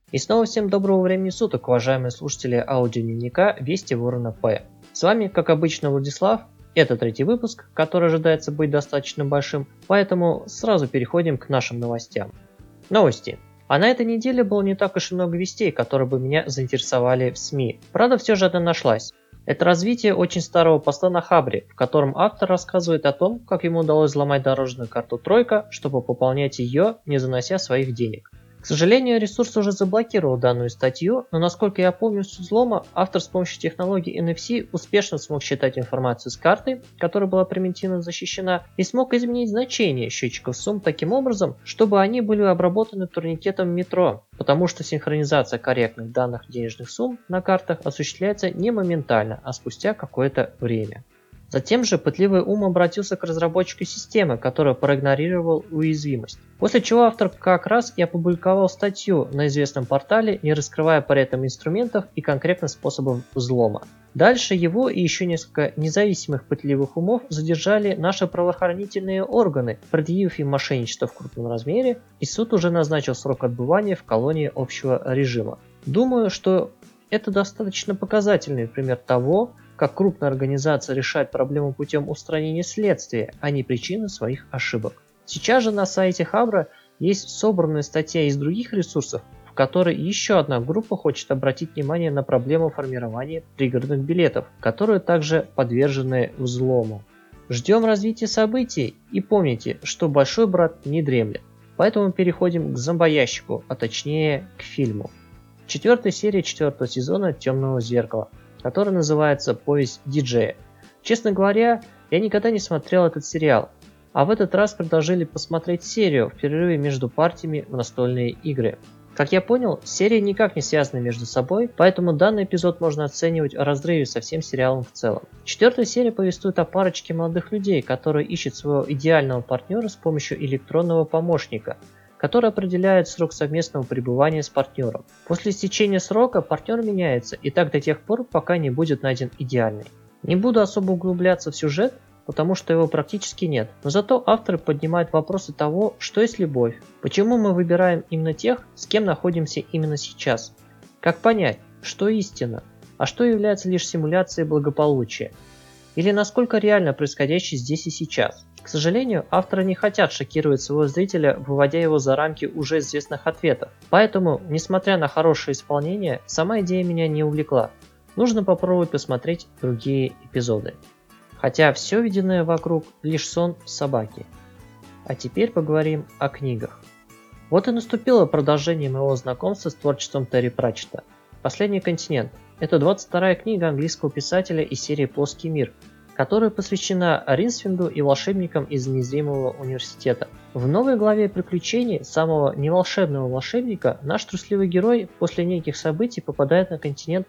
И снова всем доброго времени суток, уважаемые слушатели аудиодневника Вести Ворона П. С вами, как обычно, Владислав. Это третий выпуск, который ожидается быть достаточно большим, поэтому сразу переходим к нашим новостям. Новости. А на этой неделе было не так уж и много вестей, которые бы меня заинтересовали в СМИ. Правда, все же одна нашлась. Это развитие очень старого поста на Хабре, в котором автор рассказывает о том, как ему удалось взломать дорожную карту Тройка, чтобы пополнять ее, не занося своих денег. К сожалению, ресурс уже заблокировал данную статью, но насколько я помню суть взлома, автор с помощью технологии NFC успешно смог считать информацию с карты, которая была примитивно защищена, и смог изменить значение счетчиков сумм таким образом, чтобы они были обработаны турникетом метро, потому что синхронизация корректных данных денежных сумм на картах осуществляется не моментально, а спустя какое-то время. Затем же пытливый ум обратился к разработчику системы, который проигнорировал уязвимость. После чего автор как раз и опубликовал статью на известном портале, не раскрывая при этом инструментов и конкретных способов взлома. Дальше его и еще несколько независимых пытливых умов задержали наши правоохранительные органы, предъявив им мошенничество в крупном размере, и суд уже назначил срок отбывания в колонии общего режима. Думаю, что это достаточно показательный пример того, как крупная организация решает проблему путем устранения следствия, а не причины своих ошибок. Сейчас же на сайте Хабра есть собранная статья из других ресурсов, в которой еще одна группа хочет обратить внимание на проблему формирования пригородных билетов, которые также подвержены взлому. Ждем развития событий и помните, что большой брат не дремлет. Поэтому переходим к зомбоящику, а точнее к фильму. Четвертая серия четвертого сезона «Темного зеркала», который называется «Повесть диджея». Честно говоря, я никогда не смотрел этот сериал, а в этот раз предложили посмотреть серию в перерыве между партиями в настольные игры. Как я понял, серии никак не связаны между собой, поэтому данный эпизод можно оценивать в разрыве со всем сериалом в целом. Четвертая серия повествует о парочке молодых людей, которые ищут своего идеального партнера с помощью электронного помощника, который определяет срок совместного пребывания с партнером. После истечения срока партнер меняется, и так до тех пор, пока не будет найден идеальный. Не буду особо углубляться в сюжет, потому что его практически нет, но зато авторы поднимают вопросы того, что есть любовь, почему мы выбираем именно тех, с кем находимся именно сейчас, как понять, что истина, а что является лишь симуляцией благополучия, или насколько реально происходящее здесь и сейчас. К сожалению, авторы не хотят шокировать своего зрителя, выводя его за рамки уже известных ответов. Поэтому, несмотря на хорошее исполнение, сама идея меня не увлекла. Нужно попробовать посмотреть другие эпизоды. Хотя все виденное вокруг лишь сон собаки. А теперь поговорим о книгах. Вот и наступило продолжение моего знакомства с творчеством Терри Пратчетта. «Последний континент» — это 22-я книга английского писателя из серии «Плоский мир», которая посвящена Ринсвинду и волшебникам из незримого университета. В новой главе приключений самого неволшебного волшебника наш трусливый герой после неких событий попадает на континент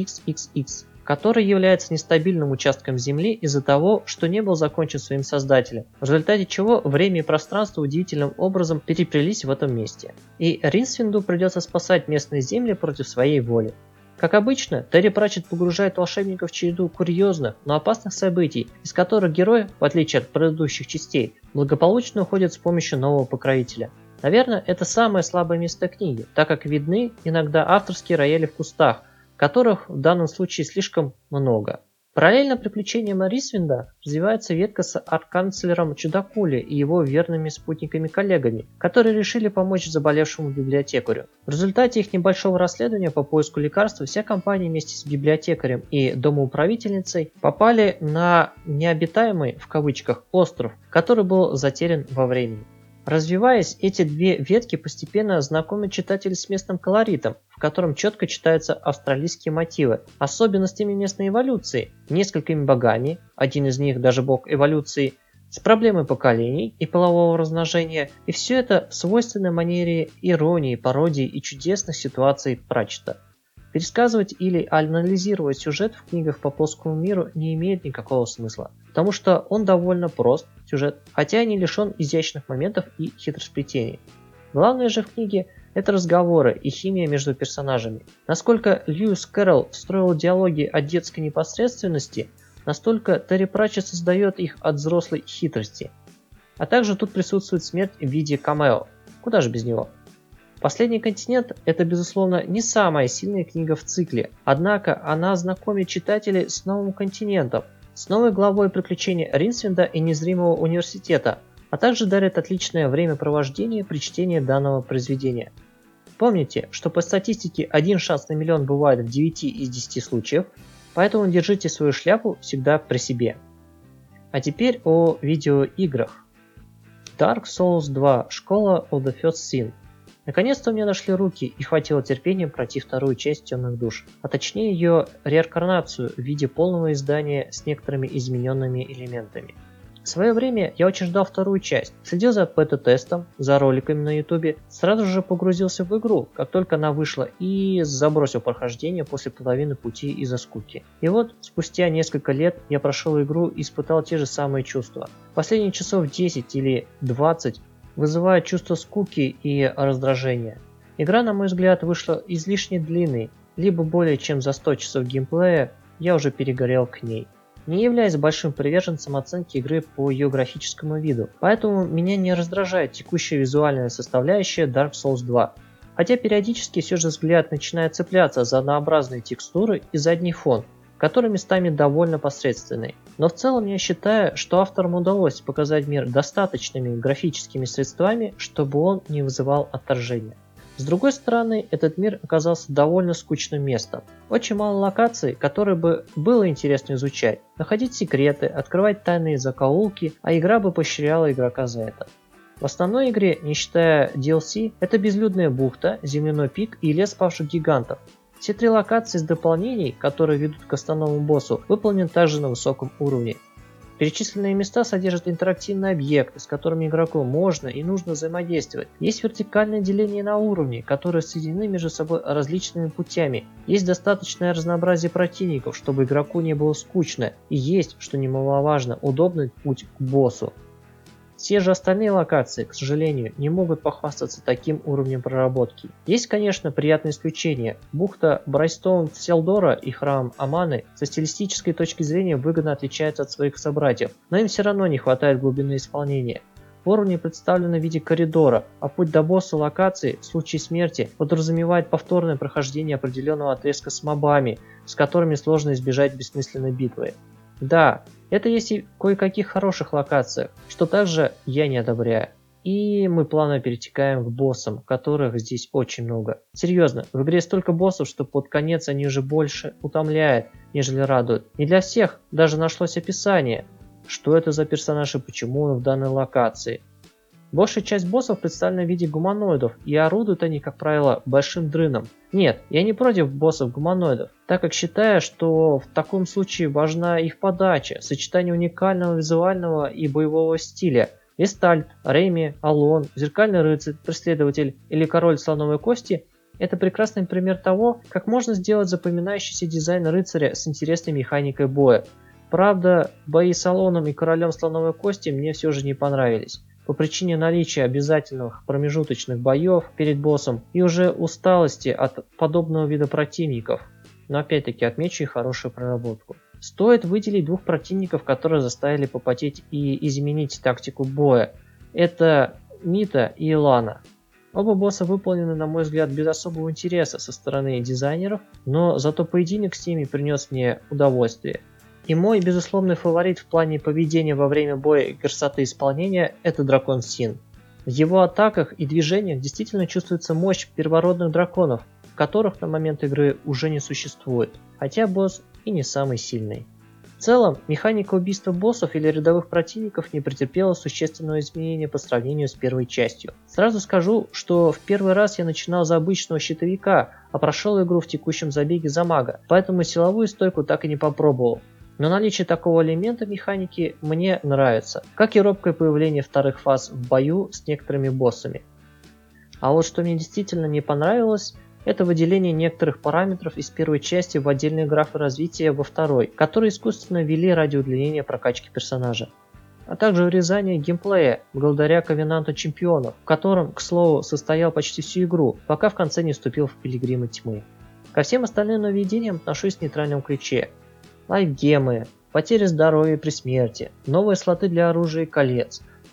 XXXX, который является нестабильным участком Земли из-за того, что не был закончен своим создателем, в результате чего время и пространство удивительным образом переплелись в этом месте. И Ринсвинду придется спасать местные земли против своей воли. Как обычно, Терри Пратчетт погружает волшебников в череду курьезных, но опасных событий, из которых герой, в отличие от предыдущих частей, благополучно уходит с помощью нового покровителя. Наверное, это самое слабое место книги, так как видны иногда авторские рояли в кустах, которых в данном случае слишком много. Параллельно приключениям Ринсвинда развивается ветка с арканцлером Чудакули и его верными спутниками-коллегами, которые решили помочь заболевшему библиотекарю. В результате их небольшого расследования по поиску лекарства вся компания вместе с библиотекарем и домоуправительницей попали на «необитаемый» в кавычках остров, который был затерян во времени. Развиваясь, эти две ветки постепенно знакомят читателей с местным колоритом, в котором четко читаются австралийские мотивы, особенностями местной эволюции, несколькими богами, один из них даже бог эволюции, с проблемой поколений и полового размножения, и все это в свойственной манере иронии, пародии и чудесных ситуаций Пратчетта. Пересказывать или анализировать сюжет в книгах по плоскому миру не имеет никакого смысла, потому что он довольно прост, сюжет, хотя и не лишен изящных моментов и хитросплетений. Главное же в книге – это разговоры и химия между персонажами. Насколько Льюис Кэрролл строил диалоги от детской непосредственности, настолько Терри Пратчетт создает их от взрослой хитрости. А также тут присутствует смерть в виде камео. Куда же без него? Последний континент – это, безусловно, не самая сильная книга в цикле, однако она знакомит читателей с новым континентом, с новой главой приключений Ринсвинда и Незримого университета, а также дарит отличное времяпровождение при чтении данного произведения. Помните, что по статистике 1 шанс на миллион бывает в 9 из 10 случаев, поэтому держите свою шляпу всегда при себе. А теперь о видеоиграх. Dark Souls 2. Школа of the First Sin. Наконец-то у меня дошли руки и хватило терпения пройти вторую часть Темных душ, а точнее ее реинкарнацию в виде полного издания с некоторыми измененными элементами. В свое время я очень ждал вторую часть, следил за бета-тестом, за роликами на ютубе, сразу же погрузился в игру, как только она вышла, и забросил прохождение после половины пути из-за скуки. И вот, спустя несколько лет я прошел игру и испытал те же самые чувства. Последние часов 10 или 20 вызывает чувство скуки и раздражения. Игра, на мой взгляд, вышла излишне длинной, либо более чем за 100 часов геймплея я уже перегорел к ней. Не являюсь большим приверженцем оценки игры по ее графическому виду, поэтому меня не раздражает текущая визуальная составляющая Dark Souls 2. Хотя периодически все же взгляд начинает цепляться за однообразные текстуры и задний фон, который местами довольно посредственный. Но в целом я считаю, что авторам удалось показать мир достаточными графическими средствами, чтобы он не вызывал отторжения. С другой стороны, этот мир оказался довольно скучным местом. Очень мало локаций, которые бы было интересно изучать, находить секреты, открывать тайные закоулки, а игра бы поощряла игрока за это. В основной игре, не считая DLC, это безлюдная бухта, земляной пик и лес павших гигантов. Все 3 локации с дополнений, которые ведут к основному боссу, выполнены также на высоком уровне. Перечисленные места содержат интерактивные объекты, с которыми игроку можно и нужно взаимодействовать. Есть вертикальное деление на уровни, которые соединены между собой различными путями. Есть достаточное разнообразие противников, чтобы игроку не было скучно. И есть, что немаловажно, удобный путь к боссу. Все же остальные локации, к сожалению, не могут похвастаться таким уровнем проработки. Есть, конечно, приятные исключения. Бухта Брайстоун Селдора и храм Аманы со стилистической точки зрения выгодно отличаются от своих собратьев, но им все равно не хватает глубины исполнения. Уровни представлены в виде коридора, а путь до босса локации в случае смерти подразумевает повторное прохождение определенного отрезка с мобами, с которыми сложно избежать бессмысленной битвы. Да, это есть и в кое-каких хороших локациях, что также я не одобряю. И мы плавно перетекаем к боссам, которых здесь очень много. Серьезно, в игре столько боссов, что под конец они уже больше утомляют, нежели радуют. Не для всех даже нашлось описание, что это за персонаж и почему он в данной локации. Большая часть боссов представлена в виде гуманоидов, и орудуют они, как правило, большим дрыном. Нет, я не против боссов-гуманоидов, так как считаю, что в таком случае важна их подача, сочетание уникального визуального и боевого стиля. Вестальт, Рейми, Алон, Зеркальный рыцарь, Преследователь или Король слоновой кости – это прекрасный пример того, как можно сделать запоминающийся дизайн рыцаря с интересной механикой боя. Правда, бои с Алоном и Королем слоновой кости мне все же не понравились. По причине наличия обязательных промежуточных боев перед боссом и уже усталости от подобного вида противников. Но опять-таки отмечу их хорошую проработку. Стоит выделить 2 противников, которые заставили попотеть и изменить тактику боя. Это Мита и Илана. Оба босса выполнены, на мой взгляд, без особого интереса со стороны дизайнеров, но зато поединок с ними принес мне удовольствие. И мой безусловный фаворит в плане поведения во время боя и красоты исполнения – это дракон Син. В его атаках и движениях действительно чувствуется мощь первородных драконов, которых на момент игры уже не существует, хотя босс и не самый сильный. В целом, механика убийства боссов или рядовых противников не претерпела существенного изменения по сравнению с первой частью. Сразу скажу, что в первый раз я начинал за обычного щитовика, а прошел игру в текущем забеге за мага, поэтому силовую стойку так и не попробовал. Но наличие такого элемента механики мне нравится, как и робкое появление вторых фаз в бою с некоторыми боссами. А вот что мне действительно не понравилось, это выделение некоторых параметров из первой части в отдельные графы развития во второй, которые искусственно ввели ради удлинения прокачки персонажа. А также урезание геймплея благодаря Ковенанту Чемпионов, в котором, к слову, состоял почти всю игру, пока в конце не вступил в Пилигрима Тьмы. Ко всем остальным нововведениям отношусь в нейтральном ключе. Лайфгемы, потеря здоровья при смерти, новые слоты для оружия и колец,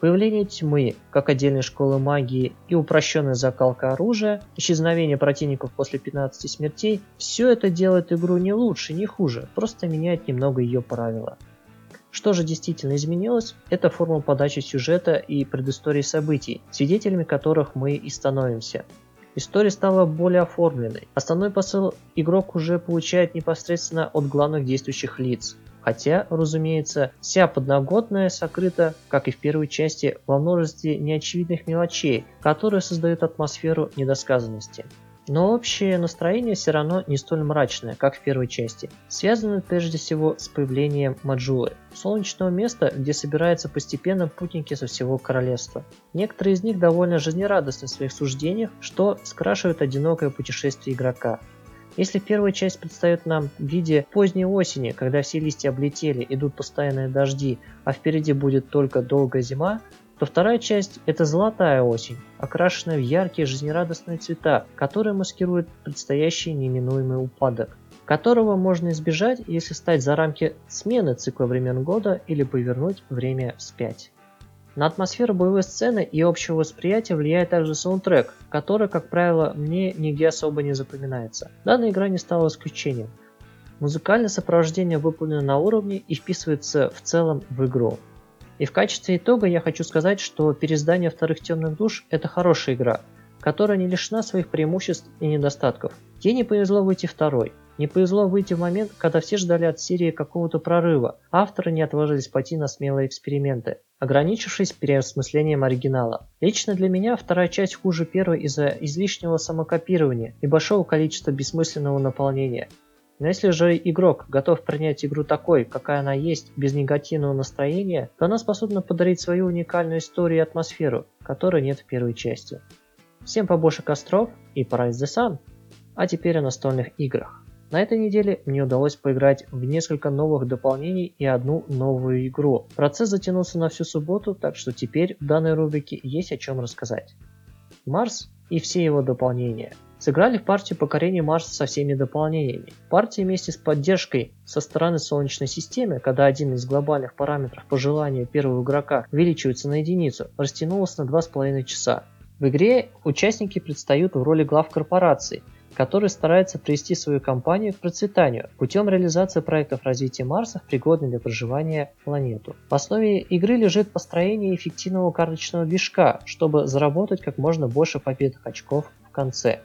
Появление тьмы, как отдельной школы магии, и упрощенная закалка оружия, исчезновение противников после 15 смертей – все это делает игру не лучше, не хуже, просто меняет немного ее правила. Что же действительно изменилось, это форма подачи сюжета и предыстории событий, свидетелями которых мы и становимся. История стала более оформленной. Основной посыл игрок уже получает непосредственно от главных действующих лиц. Хотя, разумеется, вся подноготная сокрыта, как и в первой части, во множестве неочевидных мелочей, которые создают атмосферу недосказанности. Но общее настроение все равно не столь мрачное, как в первой части. Связано прежде всего с появлением Маджулы, солнечного места, где собираются постепенно путники со всего королевства. Некоторые из них довольно жизнерадостны в своих суждениях, что скрашивает одинокое путешествие игрока. Если первая часть предстает нам в виде поздней осени, когда все листья облетели, идут постоянные дожди, а впереди будет только долгая зима, то вторая часть – это золотая осень, окрашенная в яркие жизнерадостные цвета, которые маскируют предстоящий неминуемый упадок, которого можно избежать, если стать за рамки смены цикла времен года или повернуть время вспять. На атмосферу боевой сцены и общего восприятия влияет также саундтрек, который, как правило, мне нигде особо не запоминается. Данная игра не стала исключением. Музыкальное сопровождение выполнено на уровне и вписывается в целом в игру. И в качестве итога я хочу сказать, что переиздание вторых темных душ – это хорошая игра, которая не лишена своих преимуществ и недостатков. Ей не повезло выйти второй. Не повезло выйти в момент, когда все ждали от серии какого-то прорыва, авторы не отважились пойти на смелые эксперименты, ограничившись переосмыслением оригинала. Лично для меня вторая часть хуже первой из-за излишнего самокопирования и большого количества бессмысленного наполнения. Но если же игрок готов принять игру такой, какая она есть, без негативного настроения, то она способна подарить свою уникальную историю и атмосферу, которой нет в первой части. Всем побольше костров и Rise the Sun! А теперь о настольных играх. На этой неделе мне удалось поиграть в несколько новых дополнений и одну новую игру. Процесс затянулся на всю субботу, так что теперь в данной рубрике есть о чем рассказать. Марс и все его дополнения. Сыграли в партию покорения Марса со всеми дополнениями. Партия вместе с поддержкой со стороны Солнечной системы, когда один из глобальных параметров по желанию первого игрока увеличивается на единицу, растянулась на 2,5 часа. В игре участники предстают в роли глав корпораций, которые стараются привести свою компанию к процветанию путем реализации проектов развития Марса в пригодную для проживания планету. В основе игры лежит построение эффективного карточного движка, чтобы заработать как можно больше победных очков в конце.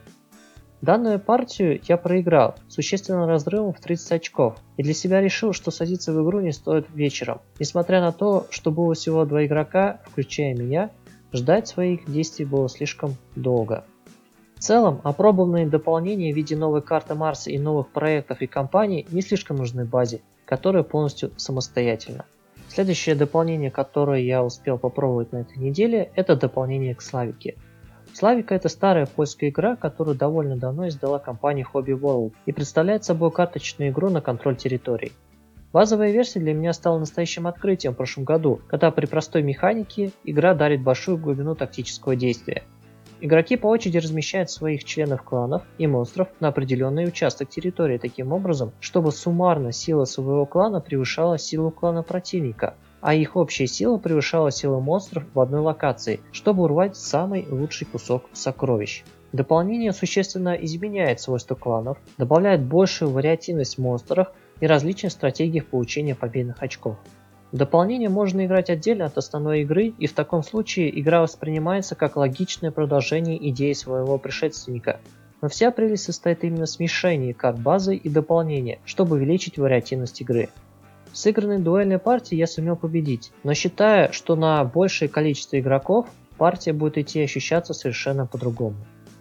Данную партию я проиграл с существенным разрывом в 30 очков и для себя решил, что садиться в игру не стоит вечером. Несмотря на то, что было всего 2 игрока, включая меня, ждать своих действий было слишком долго. В целом, опробованные дополнения в виде новой карты Марса и новых проектов и компаний не слишком нужны базе, которая полностью самостоятельна. Следующее дополнение, которое я успел попробовать на этой неделе, это дополнение к Славике. Славика — это старая польская игра, которую довольно давно издала компания Hobby World и представляет собой карточную игру на контроль территорий. Базовая версия для меня стала настоящим открытием в прошлом году, когда при простой механике игра дарит большую глубину тактического действия. Игроки по очереди размещают своих членов кланов и монстров на определенный участок территории таким образом, чтобы суммарно сила своего клана превышала силу клана противника, а их общая сила превышала силу монстров в одной локации, чтобы урвать самый лучший кусок сокровищ. Дополнение существенно изменяет свойства кланов, добавляет большую вариативность в монстрах и различных стратегиях получения победных очков. Дополнение можно играть отдельно от основной игры, и в таком случае игра воспринимается как логичное продолжение идеи своего предшественника. Но вся прелесть состоит именно в смешении карт базы и дополнения, чтобы увеличить вариативность игры. В сыгранной дуэльной партии я сумел победить, но считаю, что на большее количество игроков партия будет идти ощущаться совершенно по-другому.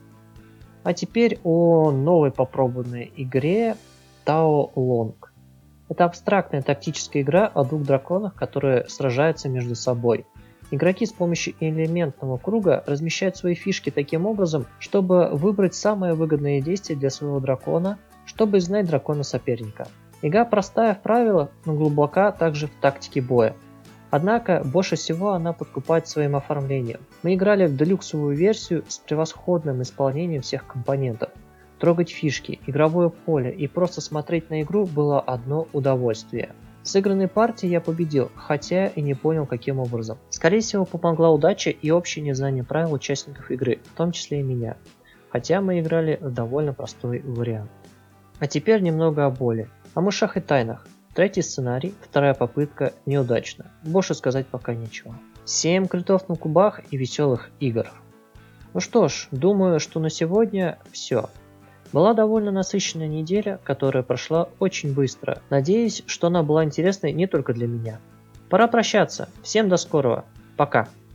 А теперь о новой попробованной игре Tao Long. Это абстрактная тактическая игра о 2 драконах, которые сражаются между собой. Игроки с помощью элементного круга размещают свои фишки таким образом, чтобы выбрать самое выгодное действие для своего дракона, чтобы изгнать дракона соперника. Игра простая в правилах, но глубока также в тактике боя. Однако больше всего она подкупает своим оформлением. Мы играли в делюксовую версию с превосходным исполнением всех компонентов. Трогать фишки, игровое поле и просто смотреть на игру было одно удовольствие. В сыгранной партии я победил, хотя и не понял, каким образом. Скорее всего, помогла удача и общее незнание правил участников игры, в том числе и меня. Хотя мы играли в довольно простой вариант. А теперь немного о боли. О мышах и тайнах. Третий сценарий, вторая попытка, неудачно. Больше сказать пока нечего. 7 критов на кубах и веселых игр. Ну что ж, думаю, что на сегодня все. Была довольно насыщенная неделя, которая прошла очень быстро. Надеюсь, что она была интересной не только для меня. Пора прощаться. Всем до скорого. Пока.